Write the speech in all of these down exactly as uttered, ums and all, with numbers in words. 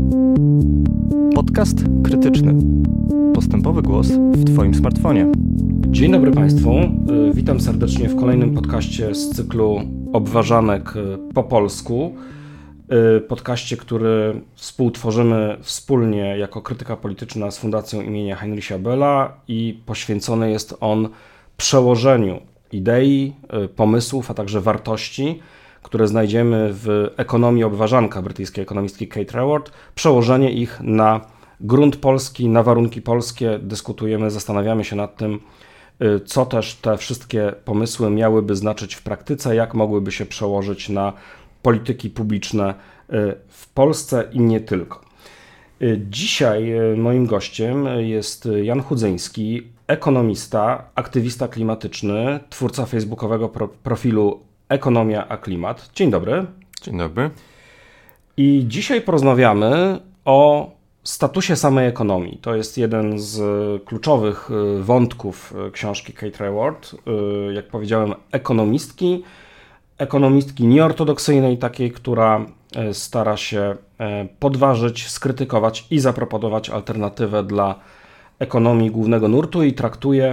Podcast krytyczny. Postępowy głos w Twoim smartfonie. Dzień dobry Państwu. Witam serdecznie w kolejnym podcaście z cyklu Obważanek po polsku. Podcaście, który współtworzymy wspólnie jako krytyka polityczna z Fundacją imienia Heinricha Bölla i poświęcony jest on przełożeniu idei, pomysłów, a także wartości, które znajdziemy w ekonomii obważanka brytyjskiej ekonomistki Kate Raworth, przełożenie ich na grunt polski, na warunki polskie. Dyskutujemy, zastanawiamy się nad tym, co też te wszystkie pomysły miałyby znaczyć w praktyce, jak mogłyby się przełożyć na polityki publiczne w Polsce i nie tylko. Dzisiaj moim gościem jest Jan Chudzyński, ekonomista, aktywista klimatyczny, twórca facebookowego pro- profilu Ekonomia a Klimat. Dzień dobry. Dzień dobry. I dzisiaj porozmawiamy o statusie samej ekonomii. To jest jeden z kluczowych wątków książki Kate Raworth. Jak powiedziałem, ekonomistki, ekonomistki nieortodoksyjnej, takiej, która stara się podważyć, skrytykować i zaproponować alternatywę dla ekonomii głównego nurtu i traktuje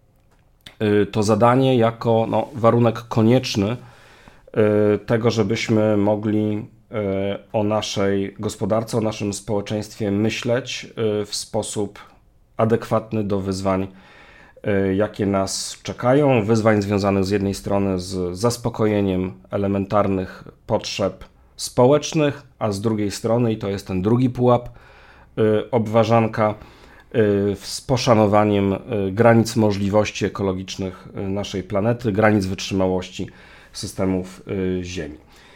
to zadanie jako no, warunek konieczny tego, żebyśmy mogli o naszej gospodarce, o naszym społeczeństwie myśleć w sposób adekwatny do wyzwań, jakie nas czekają. Wyzwań związanych z jednej strony z zaspokojeniem elementarnych potrzeb społecznych, a z drugiej strony, i to jest ten drugi pułap obważanka, z poszanowaniem granic możliwości ekologicznych naszej planety, granic wytrzymałości systemów Ziemi.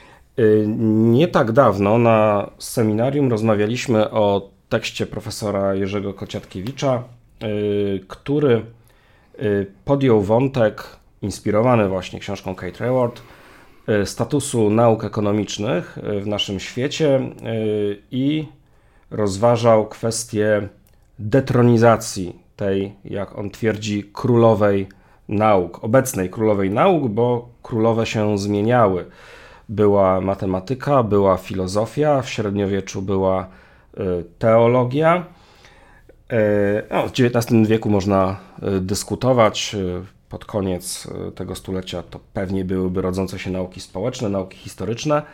Nie tak dawno na seminarium rozmawialiśmy o tekście profesora Jerzego Kociatkiewicza, który podjął wątek, inspirowany właśnie książką Kate Raworth, statusu nauk ekonomicznych w naszym świecie i rozważał kwestię detronizacji tej, jak on twierdzi, królowej nauk, obecnej królowej nauk, bo królowe się zmieniały. Była matematyka, była filozofia, w średniowieczu była teologia. No, w dziewiętnastym wieku można dyskutować. Pod koniec tego stulecia to pewnie byłyby rodzące się nauki społeczne, nauki historyczne.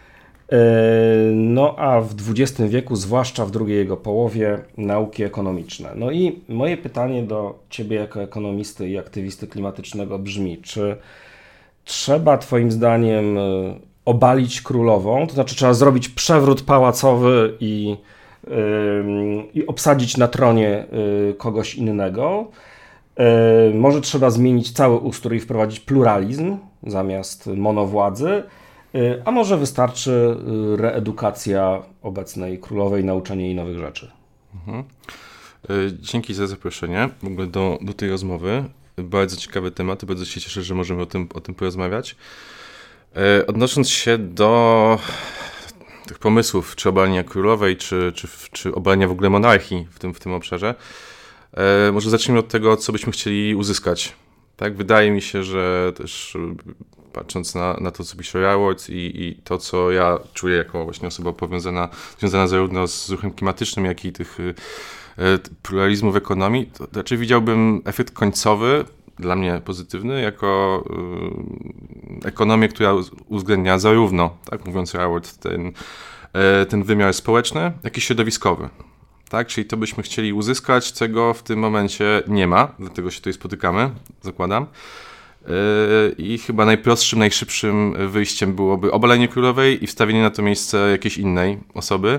No a w dwudziestym wieku, zwłaszcza w drugiej jego połowie, nauki ekonomiczne. No i moje pytanie do Ciebie jako ekonomisty i aktywisty klimatycznego brzmi, czy trzeba Twoim zdaniem obalić królową, to znaczy trzeba zrobić przewrót pałacowy i, yy, i obsadzić na tronie yy, kogoś innego? Yy, może trzeba zmienić cały ustrój i wprowadzić pluralizm zamiast monowładzy? A może wystarczy reedukacja obecnej królowej, nauczenie jej nowych rzeczy? Mhm. Dzięki za zaproszenie w ogóle do, do tej rozmowy. Bardzo ciekawy temat, bardzo się cieszę, że możemy o tym, o tym porozmawiać. Odnosząc się do tych pomysłów, czy obalenia królowej, czy, czy, czy obalenia w ogóle monarchii w tym, w tym obszarze, może zacznijmy od tego, co byśmy chcieli uzyskać. Tak, wydaje mi się, że też patrząc na, na to, co pisze Raworth i, i to, co ja czuję jako właśnie osoba powiązana, związana zarówno z ruchem klimatycznym, jak i tych y, pluralizmu w ekonomii, to raczej widziałbym efekt końcowy, dla mnie pozytywny, jako y, ekonomię, która uwzględnia zarówno, tak mówiąc Raworth, ten, y, ten wymiar społeczny, jak i środowiskowy. Tak, czyli to byśmy chcieli uzyskać, czego w tym momencie nie ma, dlatego się tutaj spotykamy, zakładam. I chyba najprostszym, najszybszym wyjściem byłoby obalenie królowej i wstawienie na to miejsce jakiejś innej osoby.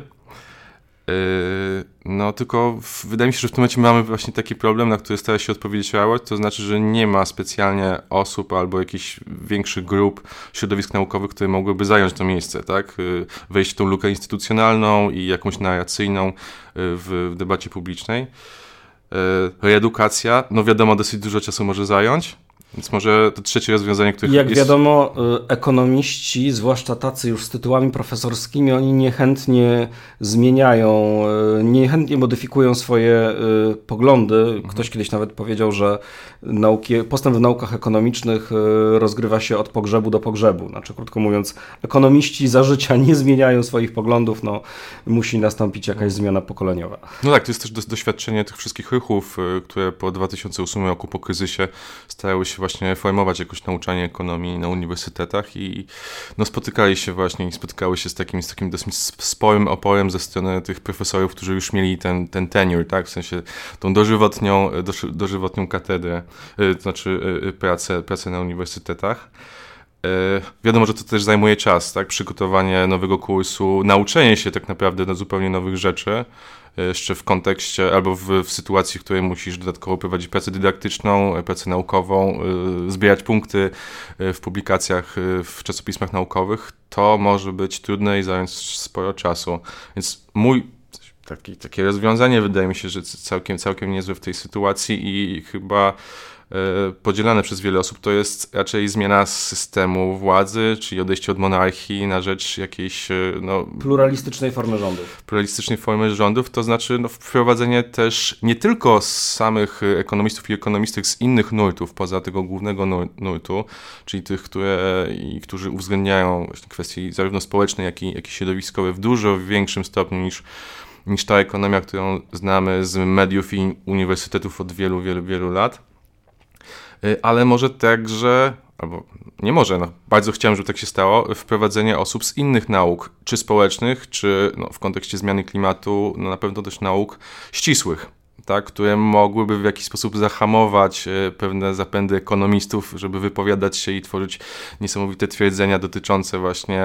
No tylko w, wydaje mi się, że w tym momencie mamy właśnie taki problem, na który stara się odpowiedzieć Raworth, to znaczy, że nie ma specjalnie osób albo jakichś większych grup, środowisk naukowych, które mogłyby zająć to miejsce, tak? Wejść w tą lukę instytucjonalną i jakąś narracyjną w, w debacie publicznej. Reedukacja, no wiadomo, dosyć dużo czasu może zająć. Więc może to trzecie rozwiązanie, które Jak jest... wiadomo, ekonomiści, zwłaszcza tacy już z tytułami profesorskimi, oni niechętnie zmieniają, niechętnie modyfikują swoje poglądy. Ktoś kiedyś nawet powiedział, że nauki, postęp w naukach ekonomicznych rozgrywa się od pogrzebu do pogrzebu. Znaczy, krótko mówiąc, ekonomiści za życia nie zmieniają swoich poglądów, no musi nastąpić jakaś zmiana pokoleniowa. No tak, to jest też doświadczenie tych wszystkich ruchów, które po dwa tysiące ósmym roku, po kryzysie, starały się właśnie formować jakoś nauczanie ekonomii na uniwersytetach i no, spotykali się właśnie i spotykały się z takim, z takim dosyć sporym oporem ze strony tych profesorów, którzy już mieli ten, ten tenure, tak, w sensie tą dożywotnią, dożywotnią katedrę, to znaczy pracę, pracę na uniwersytetach. Wiadomo, że to też zajmuje czas, tak? Przygotowanie nowego kursu, nauczenie się tak naprawdę na zupełnie nowych rzeczy, jeszcze w kontekście albo w, w sytuacji, w której musisz dodatkowo prowadzić pracę dydaktyczną, pracę naukową, zbierać punkty w publikacjach, w czasopismach naukowych, to może być trudne i zająć sporo czasu. Więc mój taki, takie rozwiązanie wydaje mi się, że całkiem, całkiem niezłe w tej sytuacji i chyba podzielane przez wiele osób, to jest raczej zmiana systemu władzy, czyli odejście od monarchii na rzecz jakiejś no, pluralistycznej formy rządów. Pluralistycznej formy rządów, to znaczy no, wprowadzenie też nie tylko z samych ekonomistów i ekonomistek z innych nurtów, poza tego głównego nurtu, czyli tych, które, i, którzy uwzględniają właśnie kwestie zarówno społeczne, jak i, jak i środowiskowe w dużo większym stopniu niż niż ta ekonomia, którą znamy z mediów i uniwersytetów od wielu, wielu, wielu lat. Ale może także, albo nie może, no, bardzo chciałem, żeby tak się stało, wprowadzenie osób z innych nauk, czy społecznych, czy no, w kontekście zmiany klimatu, no, na pewno też nauk ścisłych, tak, które mogłyby w jakiś sposób zahamować pewne zapędy ekonomistów, żeby wypowiadać się i tworzyć niesamowite twierdzenia dotyczące właśnie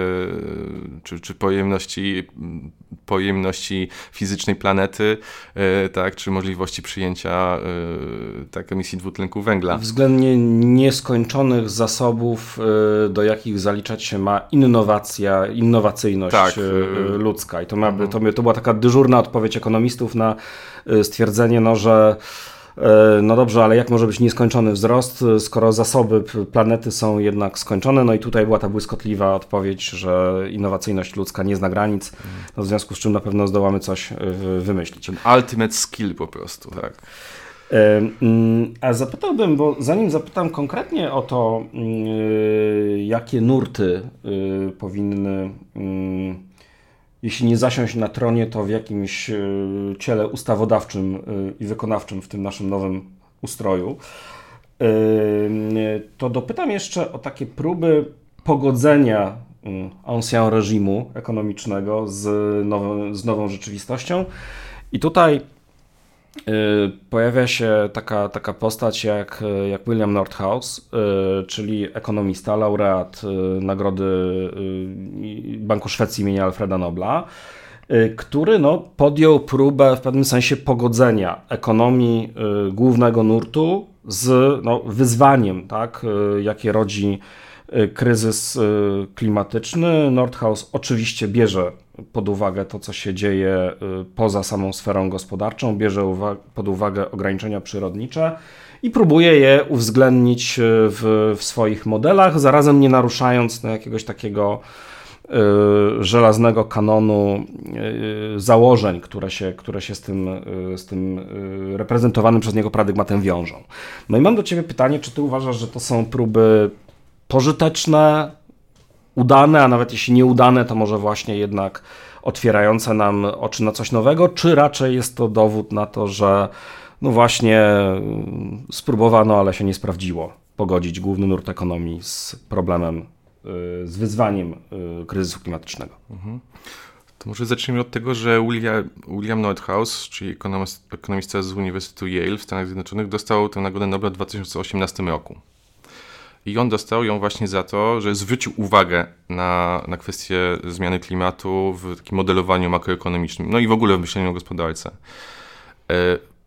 yy, czy, czy pojemności, pojemności fizycznej planety, yy, tak, czy możliwości przyjęcia yy, tak, emisji dwutlenku węgla. Względnie nieskończonych zasobów, yy, do jakich zaliczać się ma innowacja, innowacyjność tak, yy, ludzka. I to, ma, yy. to, to była taka dyżurna odpowiedź ekonomistów na stwierdzenie, no, że no dobrze, ale jak może być nieskończony wzrost, skoro zasoby planety są jednak skończone? No i tutaj była ta błyskotliwa odpowiedź, że innowacyjność ludzka nie zna granic, no w związku z czym na pewno zdołamy coś wymyślić. Ultimate skill po prostu, tak. A zapytałbym, bo zanim zapytam konkretnie o to, jakie nurty powinny, jeśli nie zasiąść na tronie, to w jakimś ciele ustawodawczym i wykonawczym w tym naszym nowym ustroju, to dopytam jeszcze o takie próby pogodzenia ancien reżimu ekonomicznego z nową, z nową rzeczywistością. I tutaj pojawia się taka, taka postać jak, jak William Nordhaus, czyli ekonomista, laureat Nagrody Banku Szwecji imienia Alfreda Nobla, który no, podjął próbę w pewnym sensie pogodzenia ekonomii głównego nurtu z no, wyzwaniem, tak, jakie rodzi kryzys klimatyczny. Nordhaus oczywiście bierze pod uwagę to, co się dzieje poza samą sferą gospodarczą, bierze uwa- pod uwagę ograniczenia przyrodnicze i próbuje je uwzględnić w, w swoich modelach, zarazem nie naruszając no, jakiegoś takiego y, żelaznego kanonu y, założeń, które się, które się z tym, y, z tym y, reprezentowanym przez niego paradygmatem wiążą. No i mam do Ciebie pytanie, czy Ty uważasz, że to są próby pożyteczne, udane, a nawet jeśli nieudane, to może właśnie jednak otwierające nam oczy na coś nowego, czy raczej jest to dowód na to, że no właśnie spróbowano, ale się nie sprawdziło pogodzić główny nurt ekonomii z problemem, z wyzwaniem kryzysu klimatycznego. Mhm. To może zacznijmy od tego, że William, William Nordhaus, czyli ekonomist, ekonomista z Uniwersytetu Yale w Stanach Zjednoczonych, dostał tę Nagrodę Nobla w dwa tysiące osiemnastym roku. I on dostał ją właśnie za to, że zwrócił uwagę na, na kwestię zmiany klimatu w takim modelowaniu makroekonomicznym, no i w ogóle w myśleniu o gospodarce.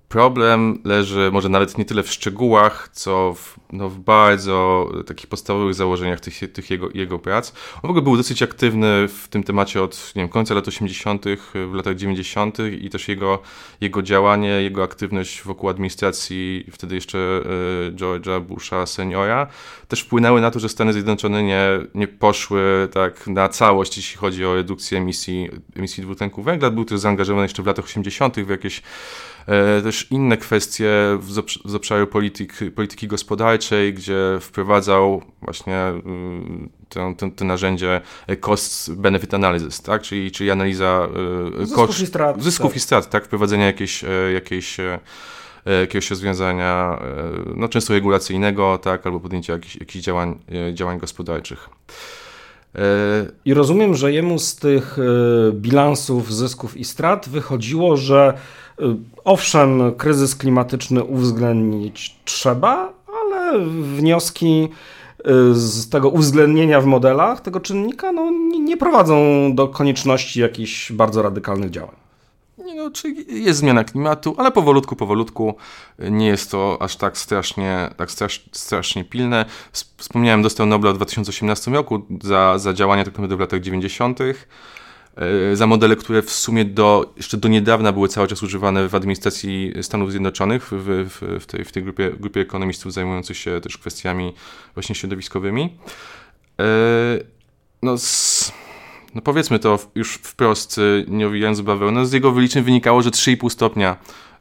problem leży może nawet nie tyle w szczegółach, co w, no, w bardzo takich podstawowych założeniach tych, tych jego, jego prac. On w ogóle był dosyć aktywny w tym temacie od nie wiem, końca lat osiemdziesiątych, w latach dziewięćdziesiątych i też jego, jego działanie, jego aktywność wokół administracji wtedy jeszcze e, George'a Busha seniora też wpłynęły na to, że Stany Zjednoczone nie, nie poszły tak na całość, jeśli chodzi o redukcję emisji, emisji dwutlenku węgla. Był też zaangażowany jeszcze w latach osiemdziesiątych w jakieś e, też inne kwestie w, z, z obszaru polityk, polityki gospodarczej, gdzie wprowadzał właśnie y, to, to narzędzie cost-benefit analysis, tak? czyli, czyli analiza y, zysków, koszt, i, strat, zysków tak. i strat, tak? Wprowadzenia jakiejś, jakiejś, jakiegoś rozwiązania, no, często regulacyjnego, tak? Albo podjęcia jakichś, jakichś działań, działań gospodarczych. I rozumiem, że jemu z tych bilansów zysków i strat wychodziło, że owszem, kryzys klimatyczny uwzględnić trzeba, ale wnioski z tego uwzględnienia w modelach tego czynnika no, nie prowadzą do konieczności jakichś bardzo radykalnych działań. No, czyli jest zmiana klimatu, ale powolutku, powolutku nie jest to aż tak strasznie, tak strasz, strasznie pilne. Wspomniałem, dostał Nobla w dwa tysiące osiemnastym roku za, za działania tak naprawdę w latach dziewięćdziesiątych. Za modele, które w sumie do, jeszcze do niedawna były cały czas używane w administracji Stanów Zjednoczonych, w, w, w tej, w tej grupie, grupie ekonomistów zajmujących się też kwestiami właśnie środowiskowymi. No, z, no powiedzmy to już wprost, nie owijając bawełnę, z jego wyliczeń wynikało, że trzy i pół stopnia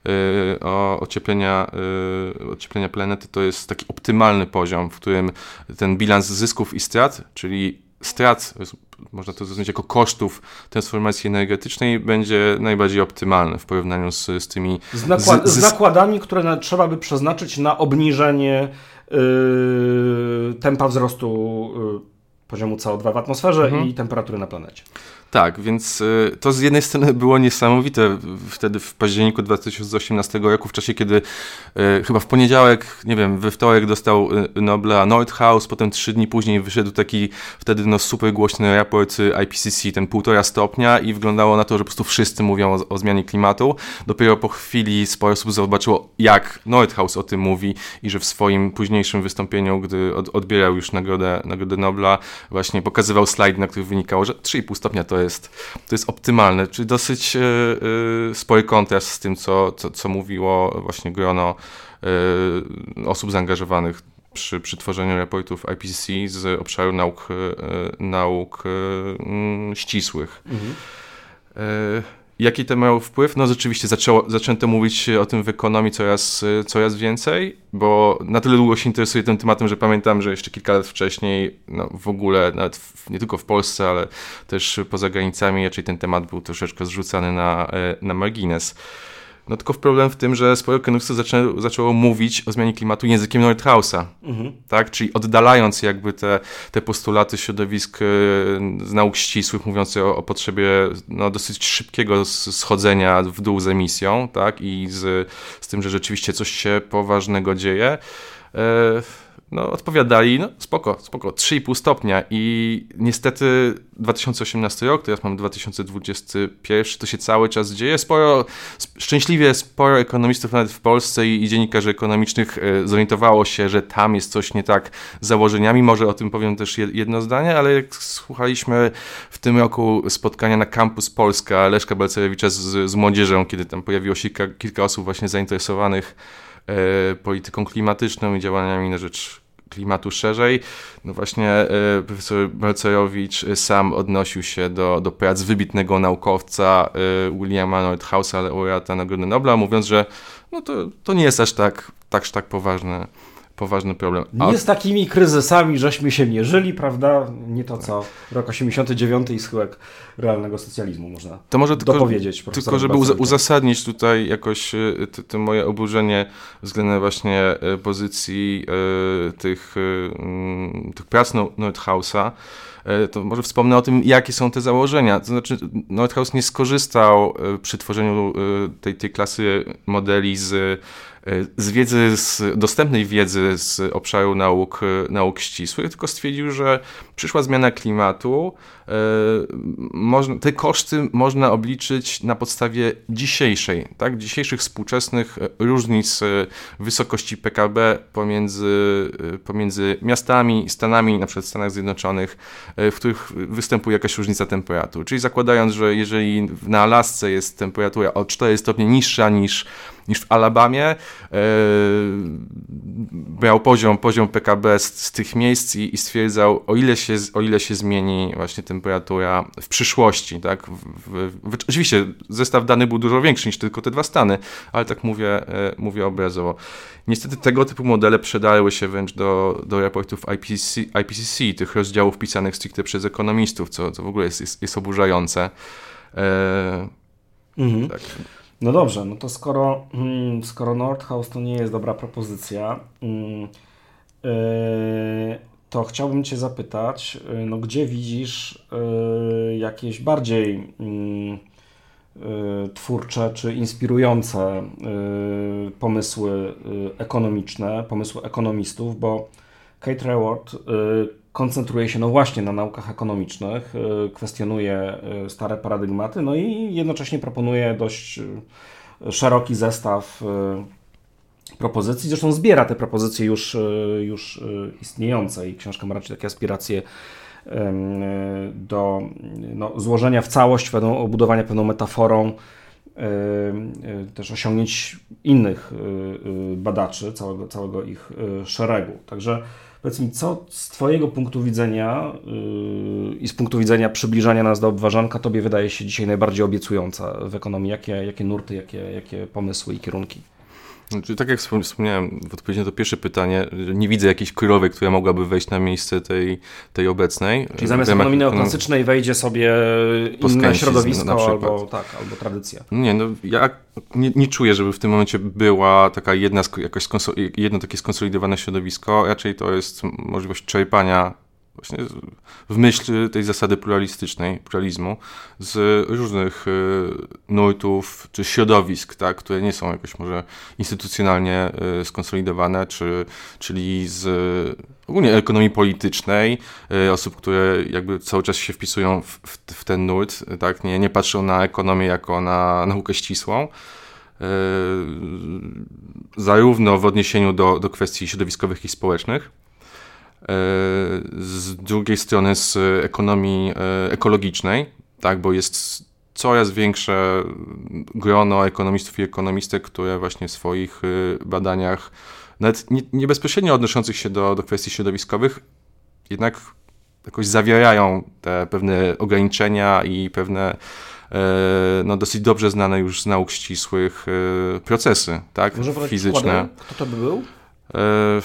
o ocieplenia, ocieplenia planety to jest taki optymalny poziom, w którym ten bilans zysków i strat, czyli strat, można to zrozumieć jako kosztów transformacji energetycznej, będzie najbardziej optymalny w porównaniu z, z tymi... Z, nakład, z, z nakładami, które na, trzeba by przeznaczyć na obniżenie yy, tempa wzrostu yy, poziomu C O dwa w atmosferze mhm. i temperatury na planecie. Tak, więc y, to z jednej strony było niesamowite wtedy w październiku dwa tysiące osiemnastego roku, w czasie kiedy y, chyba w poniedziałek, nie wiem, we wtorek dostał y, Nobla Nordhaus, potem trzy dni później wyszedł taki wtedy no super głośny raport I P C C, ten półtora stopnia i wyglądało na to, że po prostu wszyscy mówią o, o zmianie klimatu. Dopiero po chwili sporo osób zobaczyło, jak Nordhaus o tym mówi i że w swoim późniejszym wystąpieniu, gdy od, odbierał już nagrodę, nagrodę Nobla, właśnie pokazywał slajd, na których wynikało, że trzy i pół stopnia to jest, to jest optymalne, czyli dosyć yy, yy, spory kontrast z tym, co, co, co mówiło właśnie grono yy, osób zaangażowanych przy, przy tworzeniu raportów I P C C z obszaru nauk, yy, nauk yy, ścisłych. Mhm. Yy, Jaki to miał wpływ? No rzeczywiście zaczęło, zaczęto mówić o tym w ekonomii coraz, coraz więcej, bo na tyle długo się interesuję tym tematem, że pamiętam, że jeszcze kilka lat wcześniej no w ogóle, nawet w, nie tylko w Polsce, ale też poza granicami, raczej ten temat był troszeczkę zrzucany na, na margines. No tylko problem w tym, że sporo ekonomistów zaczę, zaczęło mówić o zmianie klimatu językiem Nordhausa, mhm. tak? Czyli oddalając jakby te, te postulaty środowisk z nauk ścisłych, mówiące o, o potrzebie no, dosyć szybkiego schodzenia w dół z emisją, tak? I z, z tym, że rzeczywiście coś się poważnego dzieje. E- No, odpowiadali, no spoko, spoko, trzy i pół stopnia i niestety dwa tysiące osiemnasty rok, teraz mamy dwa tysiące dwudziesty pierwszy, to się cały czas dzieje. Sporo, szczęśliwie sporo ekonomistów nawet w Polsce i, i dziennikarzy ekonomicznych e, zorientowało się, że tam jest coś nie tak z założeniami. Może o tym powiem też jedno zdanie, ale jak słuchaliśmy w tym roku spotkania na Campus Polska Leszka Balcerowicza z, z młodzieżą, kiedy tam pojawiło się kilka, kilka osób właśnie zainteresowanych polityką klimatyczną i działaniami na rzecz klimatu szerzej. No właśnie profesor Balcerowicz sam odnosił się do, do prac wybitnego naukowca Williama Nordhausa, laureata Nagrody Nobla, mówiąc, że no to, to nie jest aż tak, tak, tak poważne. Poważny problem. A... Nie z takimi kryzysami żeśmy się mierzyli, prawda? Nie to co rok osiemdziesiąty dziewiąty i schyłek realnego socjalizmu, można to może tylko, dopowiedzieć. Tylko żeby uz- uzasadnić tutaj jakoś to moje oburzenie względem właśnie pozycji y, tych, y, tych prac Nordhausa, to może wspomnę o tym, jakie są te założenia. To znaczy Nordhaus nie skorzystał przy tworzeniu tej, tej klasy modeli z z wiedzy, z dostępnej wiedzy z obszaru nauk, nauk ścisłych, tylko stwierdził, że przyszła zmiana klimatu, można, te koszty można obliczyć na podstawie dzisiejszej, tak, dzisiejszych współczesnych różnic wysokości P K B pomiędzy, pomiędzy miastami i stanami, na przykład w Stanach Zjednoczonych, w których występuje jakaś różnica temperatur. Czyli zakładając, że jeżeli na Alasce jest temperatura o cztery stopnie niższa niż niż w Alabamie, e, brał poziom, poziom P K B z, z tych miejsc i, i stwierdzał, o ile, się, o ile się zmieni właśnie temperatura w przyszłości. Tak? W, w, w, oczywiście zestaw danych był dużo większy niż tylko te dwa stany, ale tak mówię, e, mówię obrazowo. Niestety tego typu modele przedarły się wręcz do, do raportów I P C C, I P C C, tych rozdziałów pisanych stricte przez ekonomistów, co, co w ogóle jest, jest, jest oburzające. E, mhm. tak. No dobrze, no to skoro, skoro Nordhaus to nie jest dobra propozycja, to chciałbym Cię zapytać, no gdzie widzisz jakieś bardziej twórcze czy inspirujące pomysły ekonomiczne, pomysły ekonomistów, bo Kate Raworth koncentruje się no właśnie na naukach ekonomicznych, kwestionuje stare paradygmaty, no i jednocześnie proponuje dość szeroki zestaw propozycji. Zresztą zbiera te propozycje już, już istniejące i książka ma raczej takie aspiracje do no, złożenia w całość, pewną, obudowania pewną metaforą też osiągnięć innych badaczy, całego, całego ich szeregu. Także powiedz mi, co z Twojego punktu widzenia yy, i z punktu widzenia przybliżania nas do obważanka Tobie wydaje się dzisiaj najbardziej obiecująca w ekonomii? Jakie, jakie nurty, jakie, jakie pomysły i kierunki? Znaczy, tak jak wspomniałem w odpowiedzi na to pierwsze pytanie, nie widzę jakiejś królowej, która mogłaby wejść na miejsce tej, tej obecnej. Czyli zamiast ekonomii neoklasycznej wejdzie sobie inne środowisko na albo, tak, albo tradycja. Nie, no ja nie, nie czuję, żeby w tym momencie była taka jedna, jakaś skonsol- jedno takie skonsolidowane środowisko. Raczej to jest możliwość czerpania właśnie w myśl tej zasady pluralistycznej, pluralizmu, z różnych y, nurtów czy środowisk, tak, które nie są jakoś może instytucjonalnie y, skonsolidowane, czy, czyli z ogólnie ekonomii politycznej, y, osób, które jakby cały czas się wpisują w, w, w ten nurt, tak, nie, nie patrzą na ekonomię jako na naukę ścisłą. Y, zarówno w odniesieniu do, do kwestii środowiskowych i społecznych, z drugiej strony z ekonomii ekologicznej, tak, bo jest coraz większe grono ekonomistów i ekonomistek, które właśnie w swoich badaniach, nawet nie, nie bezpośrednio odnoszących się do, do kwestii środowiskowych, jednak jakoś zawierają te pewne ograniczenia i pewne no, dosyć dobrze znane już z nauk ścisłych procesy, tak, może fizyczne. Przykładem? Kto to by był? E,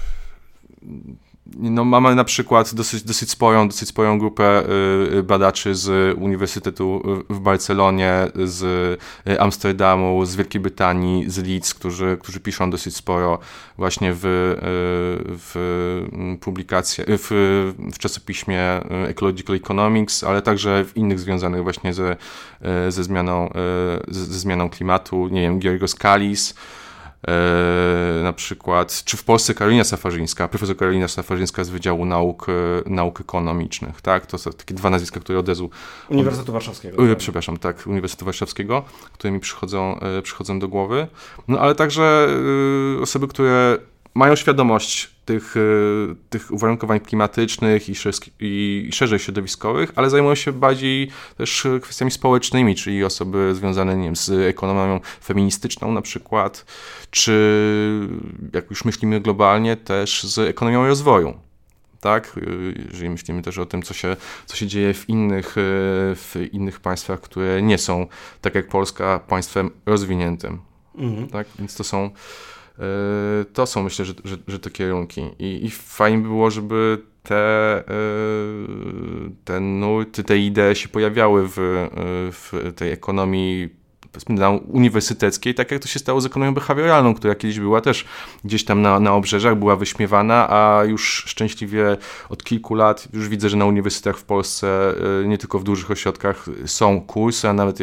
No, mamy na przykład dosyć, dosyć, sporą, dosyć sporą grupę y, badaczy z Uniwersytetu w Barcelonie, z Amsterdamu, z Wielkiej Brytanii, z Leeds, którzy, którzy piszą dosyć sporo właśnie w, w publikacjach, w, w czasopiśmie Ecological Economics, ale także w innych związanych właśnie ze, ze, zmianą, ze zmianą klimatu, nie wiem, Georgos Kallis, E, na przykład, czy w Polsce Karolina Safarzyńska, profesor Karolina Safarzyńska z Wydziału Nauk, Nauk Ekonomicznych, tak? To są takie dwa nazwiska, które od razu... Uniwersytetu Warszawskiego. E, przepraszam, tak, Uniwersytetu Warszawskiego, które mi przychodzą, e, przychodzą do głowy. No ale także e, osoby, które mają świadomość tych, tych uwarunkowań klimatycznych i, szerz, i szerzej środowiskowych, ale zajmują się bardziej też kwestiami społecznymi, czyli osoby związane, nie wiem, z ekonomią feministyczną na przykład, czy jak już myślimy globalnie, też z ekonomią rozwoju. Tak? Jeżeli myślimy też o tym, co się, co się dzieje w innych, w innych państwach, które nie są, tak jak Polska, państwem rozwiniętym. Mhm. Tak? Więc to są To są, myślę, że, że, że te kierunki. I, i fajnie by było, żeby te, te nurty, te idee się pojawiały w, w tej ekonomii, powiedzmy, uniwersyteckiej, tak jak to się stało z ekonomią behawioralną, która kiedyś była też gdzieś tam na, na obrzeżach, była wyśmiewana, a już szczęśliwie od kilku lat już widzę, że na uniwersytetach w Polsce, nie tylko w dużych ośrodkach, są kursy, a nawet jakieś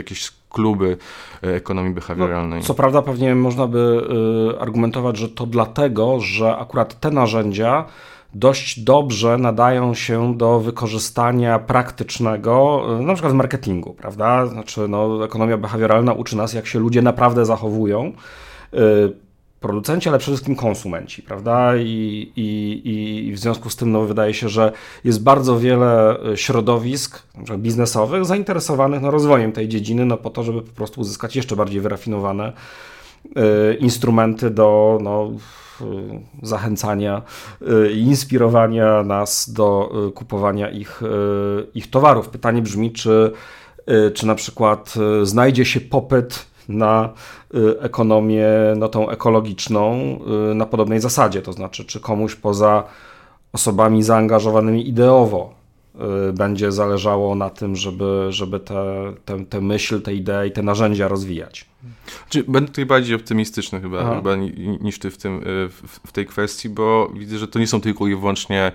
kluby ekonomii behawioralnej. No, co prawda pewnie można by y, argumentować, że to dlatego, że akurat te narzędzia dość dobrze nadają się do wykorzystania praktycznego, na przykład w marketingu, prawda? Znaczy, no, ekonomia behawioralna uczy nas, jak się ludzie naprawdę zachowują, producenci, ale przede wszystkim konsumenci, prawda? I, i, i w związku z tym no, wydaje się, że jest bardzo wiele środowisk, na przykład biznesowych, zainteresowanych no, rozwojem tej dziedziny, no, po to, żeby po prostu uzyskać jeszcze bardziej wyrafinowane y, instrumenty do no, zachęcania i inspirowania nas do kupowania ich, ich towarów. Pytanie brzmi, czy, czy na przykład znajdzie się popyt na ekonomię no, tą ekologiczną na podobnej zasadzie, to znaczy, czy komuś poza osobami zaangażowanymi ideowo będzie zależało na tym, żeby, żeby tę te, te myśl, te idee i te narzędzia rozwijać. Znaczy, będę tutaj bardziej optymistyczny chyba, chyba niż ty w, tym, w, w tej kwestii, bo widzę, że to nie są tylko i wyłącznie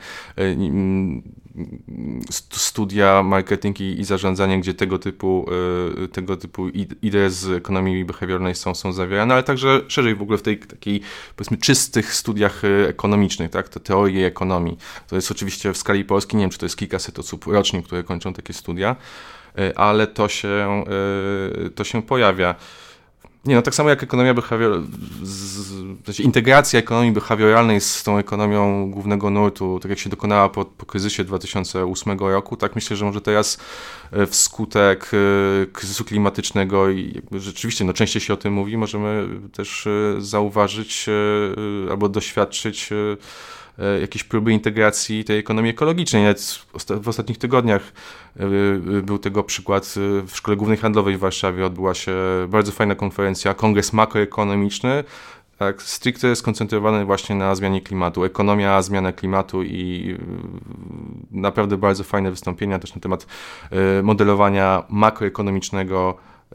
studia, marketing i, i zarządzanie, gdzie tego typu, tego typu idee z ekonomii behawioralnej są, są zawierane, ale także szerzej w ogóle w tej takiej, powiedzmy, czystych studiach ekonomicznych, tak, te teorie ekonomii. To jest oczywiście w skali Polski, nie wiem, czy to jest kilkaset osób rocznie, które kończą takie studia, ale to się, to się pojawia. Nie, no tak samo jak ekonomia behawioralna, znaczy integracja ekonomii behawioralnej z tą ekonomią głównego nurtu, tak jak się dokonała po, po kryzysie dwa tysiące ósmego roku, tak myślę, że może teraz wskutek kryzysu klimatycznego i jakby rzeczywiście, no częściej się o tym mówi, możemy też zauważyć albo doświadczyć jakieś próby integracji tej ekonomii ekologicznej. Nawet w ostatnich tygodniach był tego przykład. W Szkole Głównej Handlowej w Warszawie odbyła się bardzo fajna konferencja, kongres makroekonomiczny, tak, stricte skoncentrowany właśnie na zmianie klimatu. Ekonomia, zmiana klimatu i naprawdę bardzo fajne wystąpienia też na temat modelowania makroekonomicznego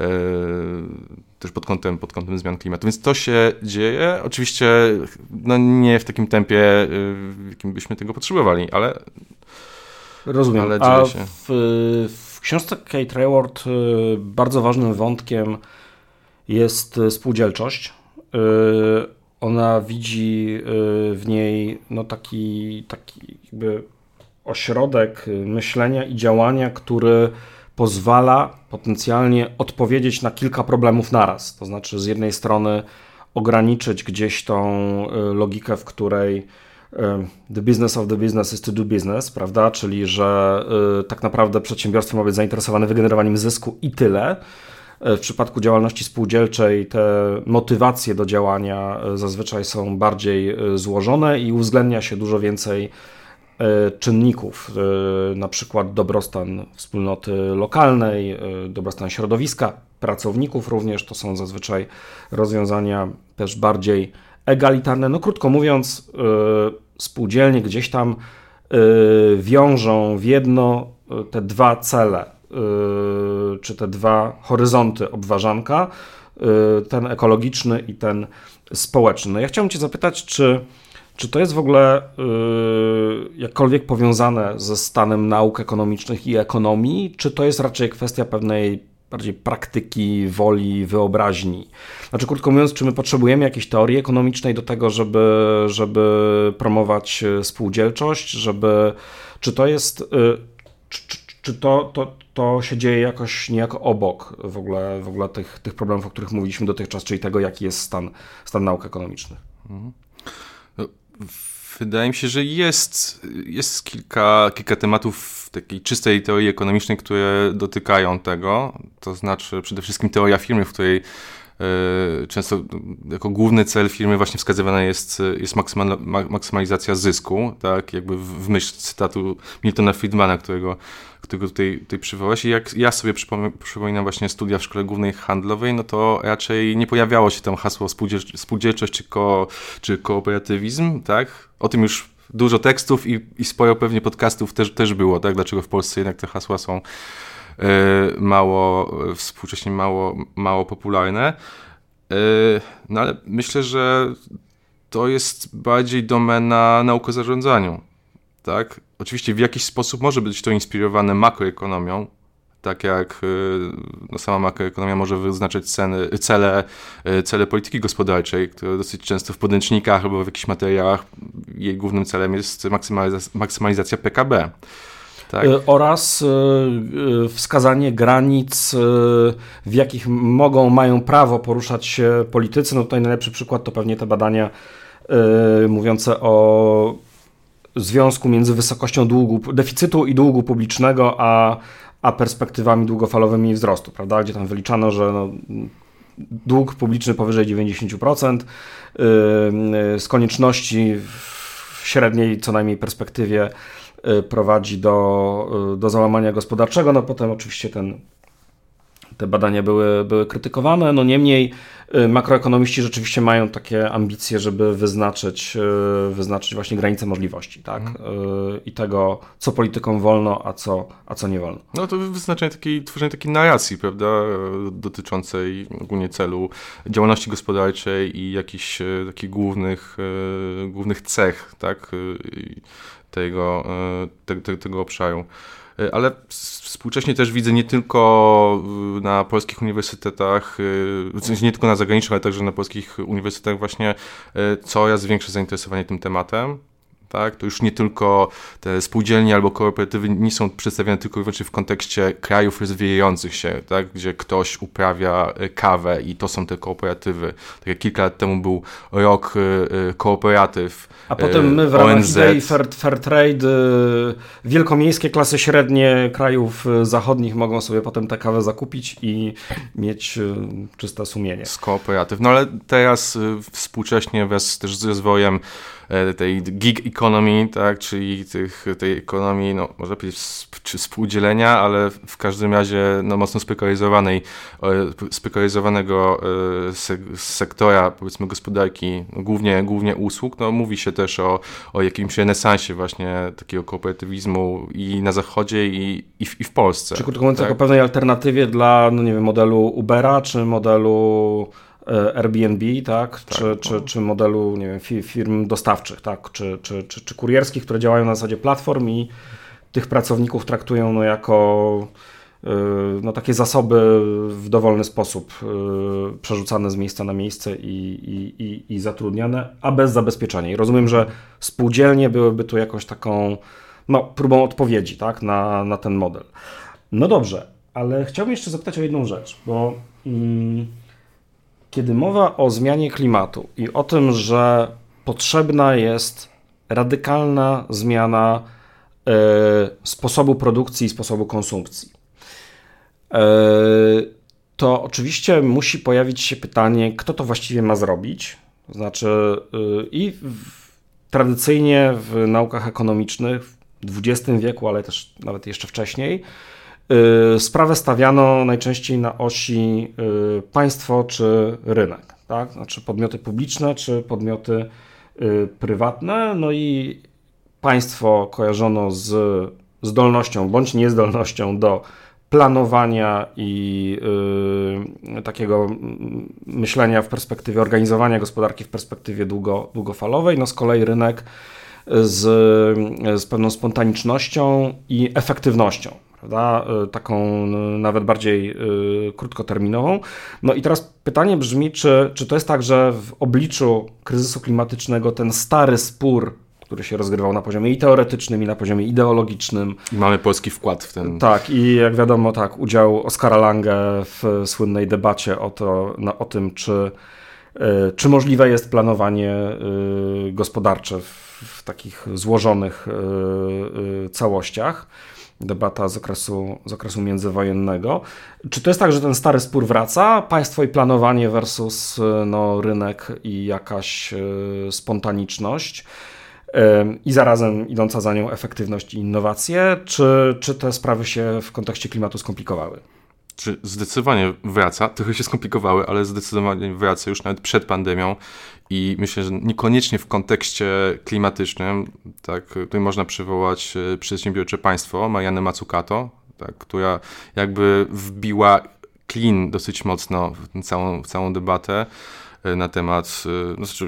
też pod kątem, pod kątem zmian klimatu. Więc to się dzieje. Oczywiście no nie w takim tempie, w jakim byśmy tego potrzebowali, ale rozumiem. Ale dzieje A się. W, w książce Kate Raworth bardzo ważnym wątkiem jest spółdzielczość. Ona widzi w niej no taki, taki jakby ośrodek myślenia i działania, który pozwala potencjalnie odpowiedzieć na kilka problemów naraz. To znaczy z jednej strony ograniczyć gdzieś tą logikę, w której the business of the business is to do business, prawda? Czyli że tak naprawdę przedsiębiorstwo ma być zainteresowane wygenerowaniem zysku i tyle. W przypadku działalności spółdzielczej te motywacje do działania zazwyczaj są bardziej złożone i uwzględnia się dużo więcej czynników, na przykład dobrostan wspólnoty lokalnej, dobrostan środowiska, pracowników również, to są zazwyczaj rozwiązania też bardziej egalitarne. No krótko mówiąc, spółdzielnie gdzieś tam wiążą w jedno te dwa cele, czy te dwa horyzonty obwarzanka, ten ekologiczny i ten społeczny. No ja chciałem Cię zapytać, czy Czy to jest w ogóle yy, jakkolwiek powiązane ze stanem nauk ekonomicznych i ekonomii, czy to jest raczej kwestia pewnej bardziej praktyki, woli, wyobraźni? Znaczy, krótko mówiąc, czy my potrzebujemy jakiejś teorii ekonomicznej do tego, żeby, żeby promować spółdzielczość, żeby, czy to jest, yy, czy, czy, czy to, to, to się dzieje jakoś niejako obok w ogóle, w ogóle tych, tych problemów, o których mówiliśmy dotychczas, czyli tego, jaki jest stan, stan nauk ekonomicznych? Mhm. Wydaje mi się, że jest, jest kilka, kilka tematów takiej czystej teorii ekonomicznej, które dotykają tego. To znaczy przede wszystkim teoria firmy, w której y, często jako główny cel firmy właśnie wskazywana jest, jest maksymal, maksymalizacja zysku, tak, jakby w, w myśl cytatu Miltona Friedmana, którego, którego tutaj, tutaj przywołałeś. I jak ja sobie przypom- przypominam właśnie studia w Szkole Głównej Handlowej, no to raczej nie pojawiało się tam hasło spółdziel- spółdzielczość czy, ko- czy kooperatywizm, tak? O tym już dużo tekstów i, i sporo pewnie podcastów też, też było, tak? Dlaczego w Polsce jednak te hasła są y, mało, współcześnie mało, mało popularne. Y, no ale myślę, że to jest bardziej domena nauk o zarządzaniu, tak? Oczywiście w jakiś sposób może być to inspirowane makroekonomią, tak jak no, sama makroekonomia może wyznaczać ceny, cele, cele polityki gospodarczej, które dosyć często w podręcznikach albo w jakichś materiałach jej głównym celem jest maksymalizacja, maksymalizacja P K B. Tak. Oraz wskazanie granic, w jakich mogą, mają prawo poruszać się politycy. No tutaj najlepszy przykład to pewnie te badania mówiące o związku między wysokością długu, deficytu i długu publicznego, a, a perspektywami długofalowymi wzrostu, prawda? Gdzie tam wyliczano, że no, dług publiczny powyżej dziewięćdziesiąt procent z konieczności w średniej co najmniej perspektywie prowadzi do, do załamania gospodarczego. No potem oczywiście ten, te badania były, były krytykowane. No niemniej makroekonomiści rzeczywiście mają takie ambicje, żeby wyznaczyć, wyznaczyć właśnie granice możliwości, tak? Mhm. I tego, co politykom wolno, a co, a co nie wolno. No to wyznaczenie takiej, tworzenie takiej narracji, prawda, dotyczącej ogólnie celu działalności gospodarczej i jakichś takich głównych, głównych cech, tak, tego, te, tego obszaru. Ale współcześnie też widzę nie tylko na polskich uniwersytetach, w sensie nie tylko na zagranicznych, ale także na polskich uniwersytetach właśnie coraz większe zainteresowanie tym tematem. Tak? To już nie tylko te spółdzielnie albo kooperatywy nie są przedstawiane tylko i wyłącznie w kontekście krajów rozwijających się, tak? Gdzie ktoś uprawia kawę i to są te kooperatywy. Tak jak kilka lat temu był rok kooperatyw. A potem my w ramach idei fair, fair trade wielkomiejskie klasy średnie krajów zachodnich mogą sobie potem tę kawę zakupić i mieć czyste sumienie. Z kooperatyw. No ale teraz współcześnie wraz też z rozwojem tej gig economy, tak, czyli tych, tej ekonomii, no może powiedzieć czy współdzielenia, ale w każdym razie no, mocno spekularyzowanej, spekularyzowanego sektora, powiedzmy gospodarki, no, głównie, głównie usług, no mówi się też o, o jakimś renesansie właśnie takiego kooperatywizmu i na zachodzie i, i, w, i w Polsce. Czy krótko mówiąc, tak? jako pewnej alternatywie dla, no nie wiem, modelu Ubera, czy modelu Airbnb, tak? tak czy, no. czy, czy modelu, nie wiem, firm dostawczych, tak? Czy, czy, czy, czy kurierskich, które działają na zasadzie platform i tych pracowników traktują no, jako no, takie zasoby w dowolny sposób przerzucane z miejsca na miejsce i, i, i, i zatrudniane, a bez zabezpieczenia. I rozumiem, że spółdzielnie byłyby tu jakąś taką no, próbą odpowiedzi, tak? na, na ten model. No dobrze, ale chciałbym jeszcze zapytać o jedną rzecz, bo mm, kiedy mowa o zmianie klimatu i o tym, że potrzebna jest radykalna zmiana y, sposobu produkcji i sposobu konsumpcji, y, to oczywiście musi pojawić się pytanie, kto to właściwie ma zrobić. To znaczy y, i w, tradycyjnie w naukach ekonomicznych w dwudziestym wieku, ale też nawet jeszcze wcześniej, sprawę stawiano najczęściej na osi państwo czy rynek, tak? Znaczy podmioty publiczne czy podmioty prywatne. No i państwo kojarzono z zdolnością bądź niezdolnością do planowania i y, takiego myślenia w perspektywie organizowania gospodarki w perspektywie długo, długofalowej. No z kolei rynek z, z pewną spontanicznością i efektywnością. Prawda? Taką nawet bardziej y, krótkoterminową. No i teraz pytanie brzmi, czy, czy to jest tak, że w obliczu kryzysu klimatycznego ten stary spór, który się rozgrywał na poziomie i teoretycznym, i na poziomie ideologicznym. I mamy polski wkład w ten. Tak, i jak wiadomo, tak, udział Oskara Lange w słynnej debacie o, to, no, o tym, czy, y, czy możliwe jest planowanie y, gospodarcze w, w takich złożonych y, y, całościach. Debata z okresu, z okresu międzywojennego. Czy to jest tak, że ten stary spór wraca? Państwo i planowanie versus no, rynek i jakaś y, spontaniczność y, i zarazem idąca za nią efektywność i innowacje? Czy, czy te sprawy się w kontekście klimatu skomplikowały? Czy zdecydowanie wraca, trochę się skomplikowały, ale zdecydowanie wraca już nawet przed pandemią i myślę, że niekoniecznie w kontekście klimatycznym, tak, tutaj można przywołać przedsiębiorcze państwo Marianny Mazzucato, tak, która jakby wbiła klin dosyć mocno w całą, w całą debatę na temat, no, znaczy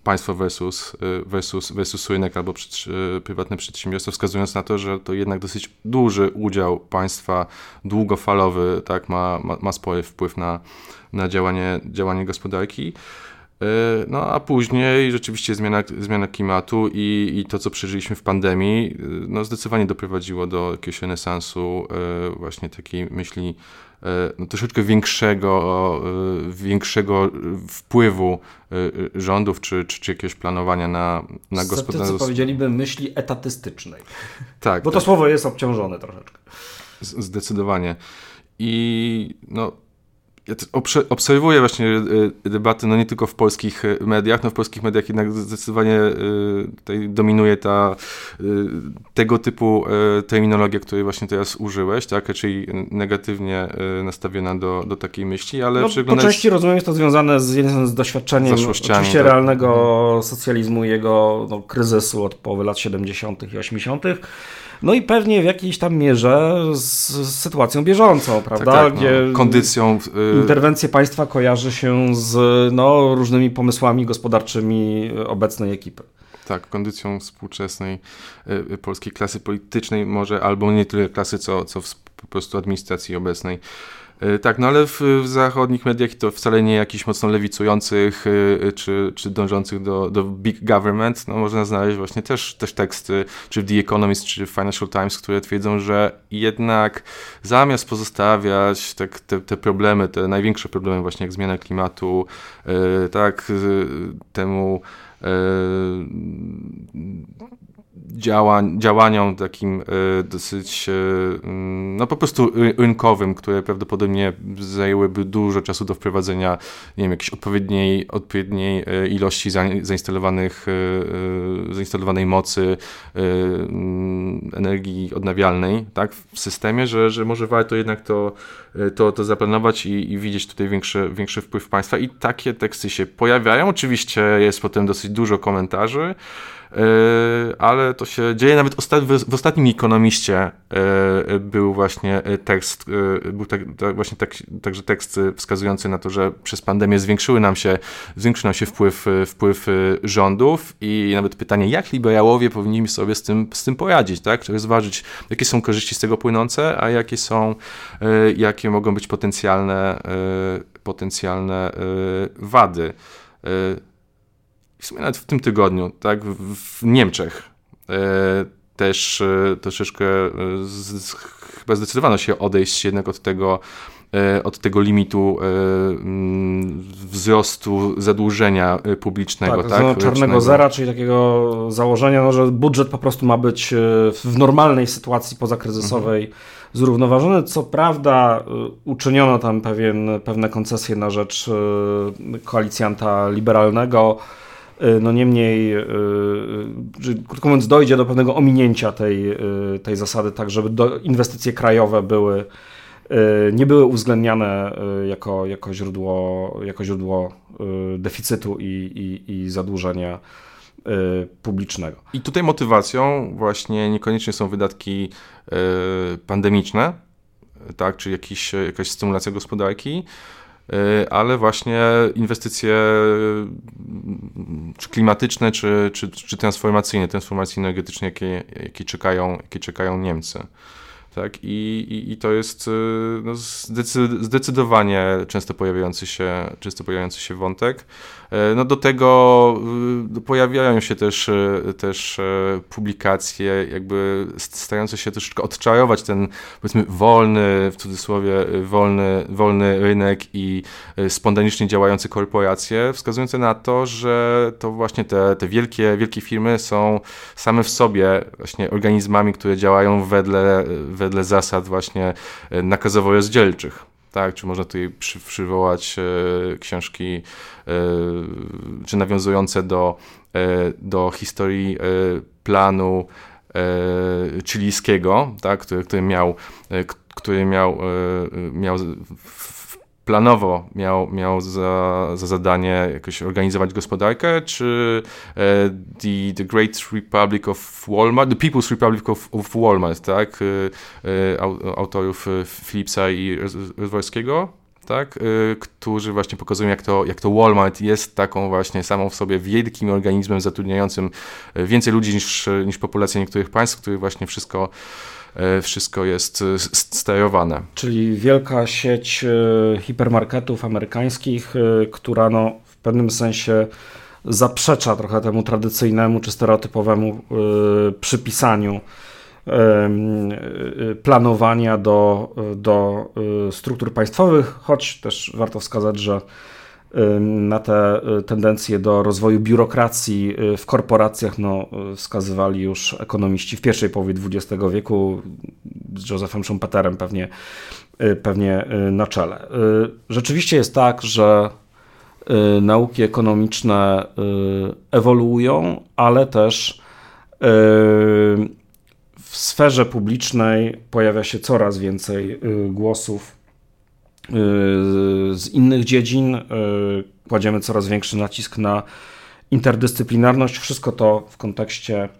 państwo versus, versus, versus rynek albo przed, prywatne przedsiębiorstwo, wskazując na to, że to jednak dosyć duży udział państwa długofalowy, tak, ma, ma, ma spory wpływ na, na działanie, działanie gospodarki. No a później rzeczywiście zmiana, zmiana klimatu i, i to, co przeżyliśmy w pandemii, no zdecydowanie doprowadziło do jakiegoś renesansu właśnie takiej myśli no, troszeczkę większego, większego wpływu rządów czy, czy, czy jakiegoś planowania na, na gospodarkę. Sceptycy powiedzieliby myśli etatystycznej. Tak. Bo to tak. słowo jest obciążone troszeczkę. Zdecydowanie. I no ja obserwuję właśnie debaty, no nie tylko w polskich mediach, no w polskich mediach jednak zdecydowanie tutaj dominuje ta tego typu terminologia, której właśnie teraz użyłeś, tak, czyli negatywnie nastawiona do, do takiej myśli, ale no, przyglądać... Po części rozumiem, jest to związane z, z doświadczeniem oczywiście tak. realnego socjalizmu i jego no, kryzysu od połowy lat siedemdziesiątych i osiemdziesiątych. No i pewnie w jakiejś tam mierze z, z sytuacją bieżącą, prawda? Tak, tak, gdzie no, kondycją. Yy... Interwencje państwa kojarzy się z no, różnymi pomysłami gospodarczymi obecnej ekipy. Tak, kondycją współczesnej y, polskiej klasy politycznej może, albo nie tyle klasy, co, co w, po prostu administracji obecnej. Tak, no ale w, w zachodnich mediach to wcale nie jakichś mocno lewicujących y, czy, czy dążących do, do big government, no można znaleźć właśnie też, też teksty, czy w The Economist, czy w Financial Times, które twierdzą, że jednak zamiast pozostawiać tak, te, te problemy, te największe problemy właśnie jak zmiana klimatu, y, tak, y, temu y, Działań, działaniom takim y, dosyć y, no po prostu rynkowym, które prawdopodobnie zajęłyby dużo czasu do wprowadzenia, nie wiem, jakiejś odpowiedniej, odpowiedniej ilości za, zainstalowanych, y, zainstalowanej mocy y, energii odnawialnej, tak, w systemie, że, że może warto jednak to, to, to zaplanować i, i widzieć tutaj większy, większy wpływ państwa i takie teksty się pojawiają. Oczywiście jest potem dosyć dużo komentarzy, ale to się dzieje. Nawet w ostatnim Ekonomiście był właśnie tekst, był tak, właśnie tak, także tekst wskazujący na to, że przez pandemię zwiększyły nam się, zwiększył nam się wpływ, wpływ rządów i nawet pytanie, jak liberałowie powinni sobie z tym, z tym poradzić, tak? Czy rozważyć, jakie są korzyści z tego płynące, a jakie są, jakie mogą być potencjalne, potencjalne wady. W sumie nawet w tym tygodniu, tak, w, w Niemczech e, też e, troszeczkę e, z, chyba zdecydowano się odejść jednak od tego, e, od tego limitu e, m, wzrostu zadłużenia publicznego. Tak, tak czarnego zera, czyli takiego założenia, no, że budżet po prostu ma być w normalnej sytuacji pozakryzysowej mhm. zrównoważony. Co prawda uczyniono tam pewien, pewne koncesje na rzecz koalicjanta liberalnego. No niemniej, krótko mówiąc, dojdzie do pewnego ominięcia tej, tej zasady, tak żeby do, inwestycje krajowe były, nie były uwzględniane jako, jako, źródło, jako źródło deficytu i, i, i zadłużenia publicznego. I tutaj motywacją właśnie niekoniecznie są wydatki pandemiczne, tak, czy jakiś, jakaś stymulacja gospodarki, ale właśnie inwestycje czy klimatyczne, czy, czy, czy transformacyjne, transformacje energetyczne, jakie, jakie, czekają, jakie czekają Niemcy. Tak? I, i, i to jest no, zdecydowanie często pojawiający się, często pojawiający się wątek. No, do tego pojawiają się też, też publikacje jakby starające się troszeczkę odczarować ten, powiedzmy, wolny, w cudzysłowie, wolny, wolny rynek i spontanicznie działające korporacje, wskazujące na to, że to właśnie te, te wielkie, wielkie firmy są same w sobie właśnie organizmami, które działają wedle, wedle zasad właśnie nakazowo-rozdzielczych. Tak, czy można tutaj przy, przywołać e, książki, e, czy nawiązujące do, e, do historii e, planu e, chilijskiego, tak, który, który miał, e, który miał, e, miał w, planowo miał, miał za, za zadanie jakoś organizować gospodarkę, czy e, the, the Great Republic of Walmart, The People's Republic of, of Walmart, tak, e, autorów Philipsa i Rozworskiego, tak? Yy, którzy właśnie pokazują, jak to, jak to Walmart jest taką właśnie samą w sobie wielkim organizmem zatrudniającym więcej ludzi niż, niż populacja niektórych państw, w których właśnie wszystko, yy, wszystko jest yy, sterowane. Czyli wielka sieć yy, hipermarketów amerykańskich, yy, która no, w pewnym sensie zaprzecza trochę temu tradycyjnemu czy stereotypowemu yy, przypisaniu planowania do, do struktur państwowych, choć też warto wskazać, że na te tendencje do rozwoju biurokracji w korporacjach no, wskazywali już ekonomiści w pierwszej połowie dwudziestego wieku z Josephem Schumpeterem pewnie, pewnie na czele. Rzeczywiście jest tak, że nauki ekonomiczne ewoluują, ale też w sferze publicznej pojawia się coraz więcej głosów z innych dziedzin. Kładziemy coraz większy nacisk na interdyscyplinarność. Wszystko to w kontekście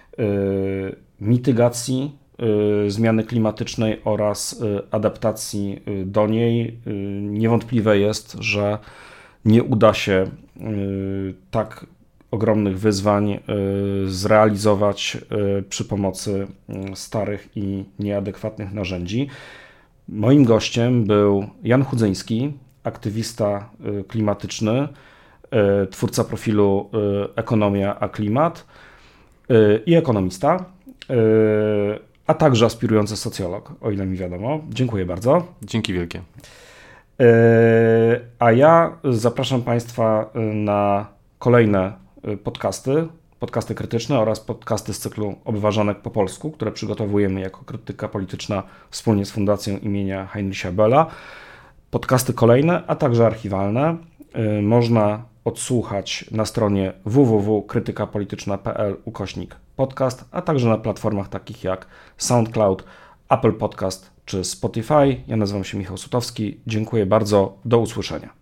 mitygacji zmiany klimatycznej oraz adaptacji do niej. Niewątpliwe jest, że nie uda się tak ogromnych wyzwań zrealizować przy pomocy starych i nieadekwatnych narzędzi. Moim gościem był Jan Chudzyński, aktywista klimatyczny, twórca profilu Ekonomia a Klimat i ekonomista, a także aspirujący socjolog, o ile mi wiadomo. Dziękuję bardzo. Dzięki wielkie. A ja zapraszam Państwa na kolejne podcasty, podcasty krytyczne oraz podcasty z cyklu Obważanek po polsku, które przygotowujemy jako Krytyka Polityczna wspólnie z Fundacją imienia Heinricha Bölla. Podcasty kolejne, a także archiwalne można odsłuchać na stronie w w w kropka krytykapolityczna kropka p l ukośnik podcast, a także na platformach takich jak SoundCloud, Apple Podcast czy Spotify. Ja nazywam się Michał Sutowski. Dziękuję bardzo. Do usłyszenia.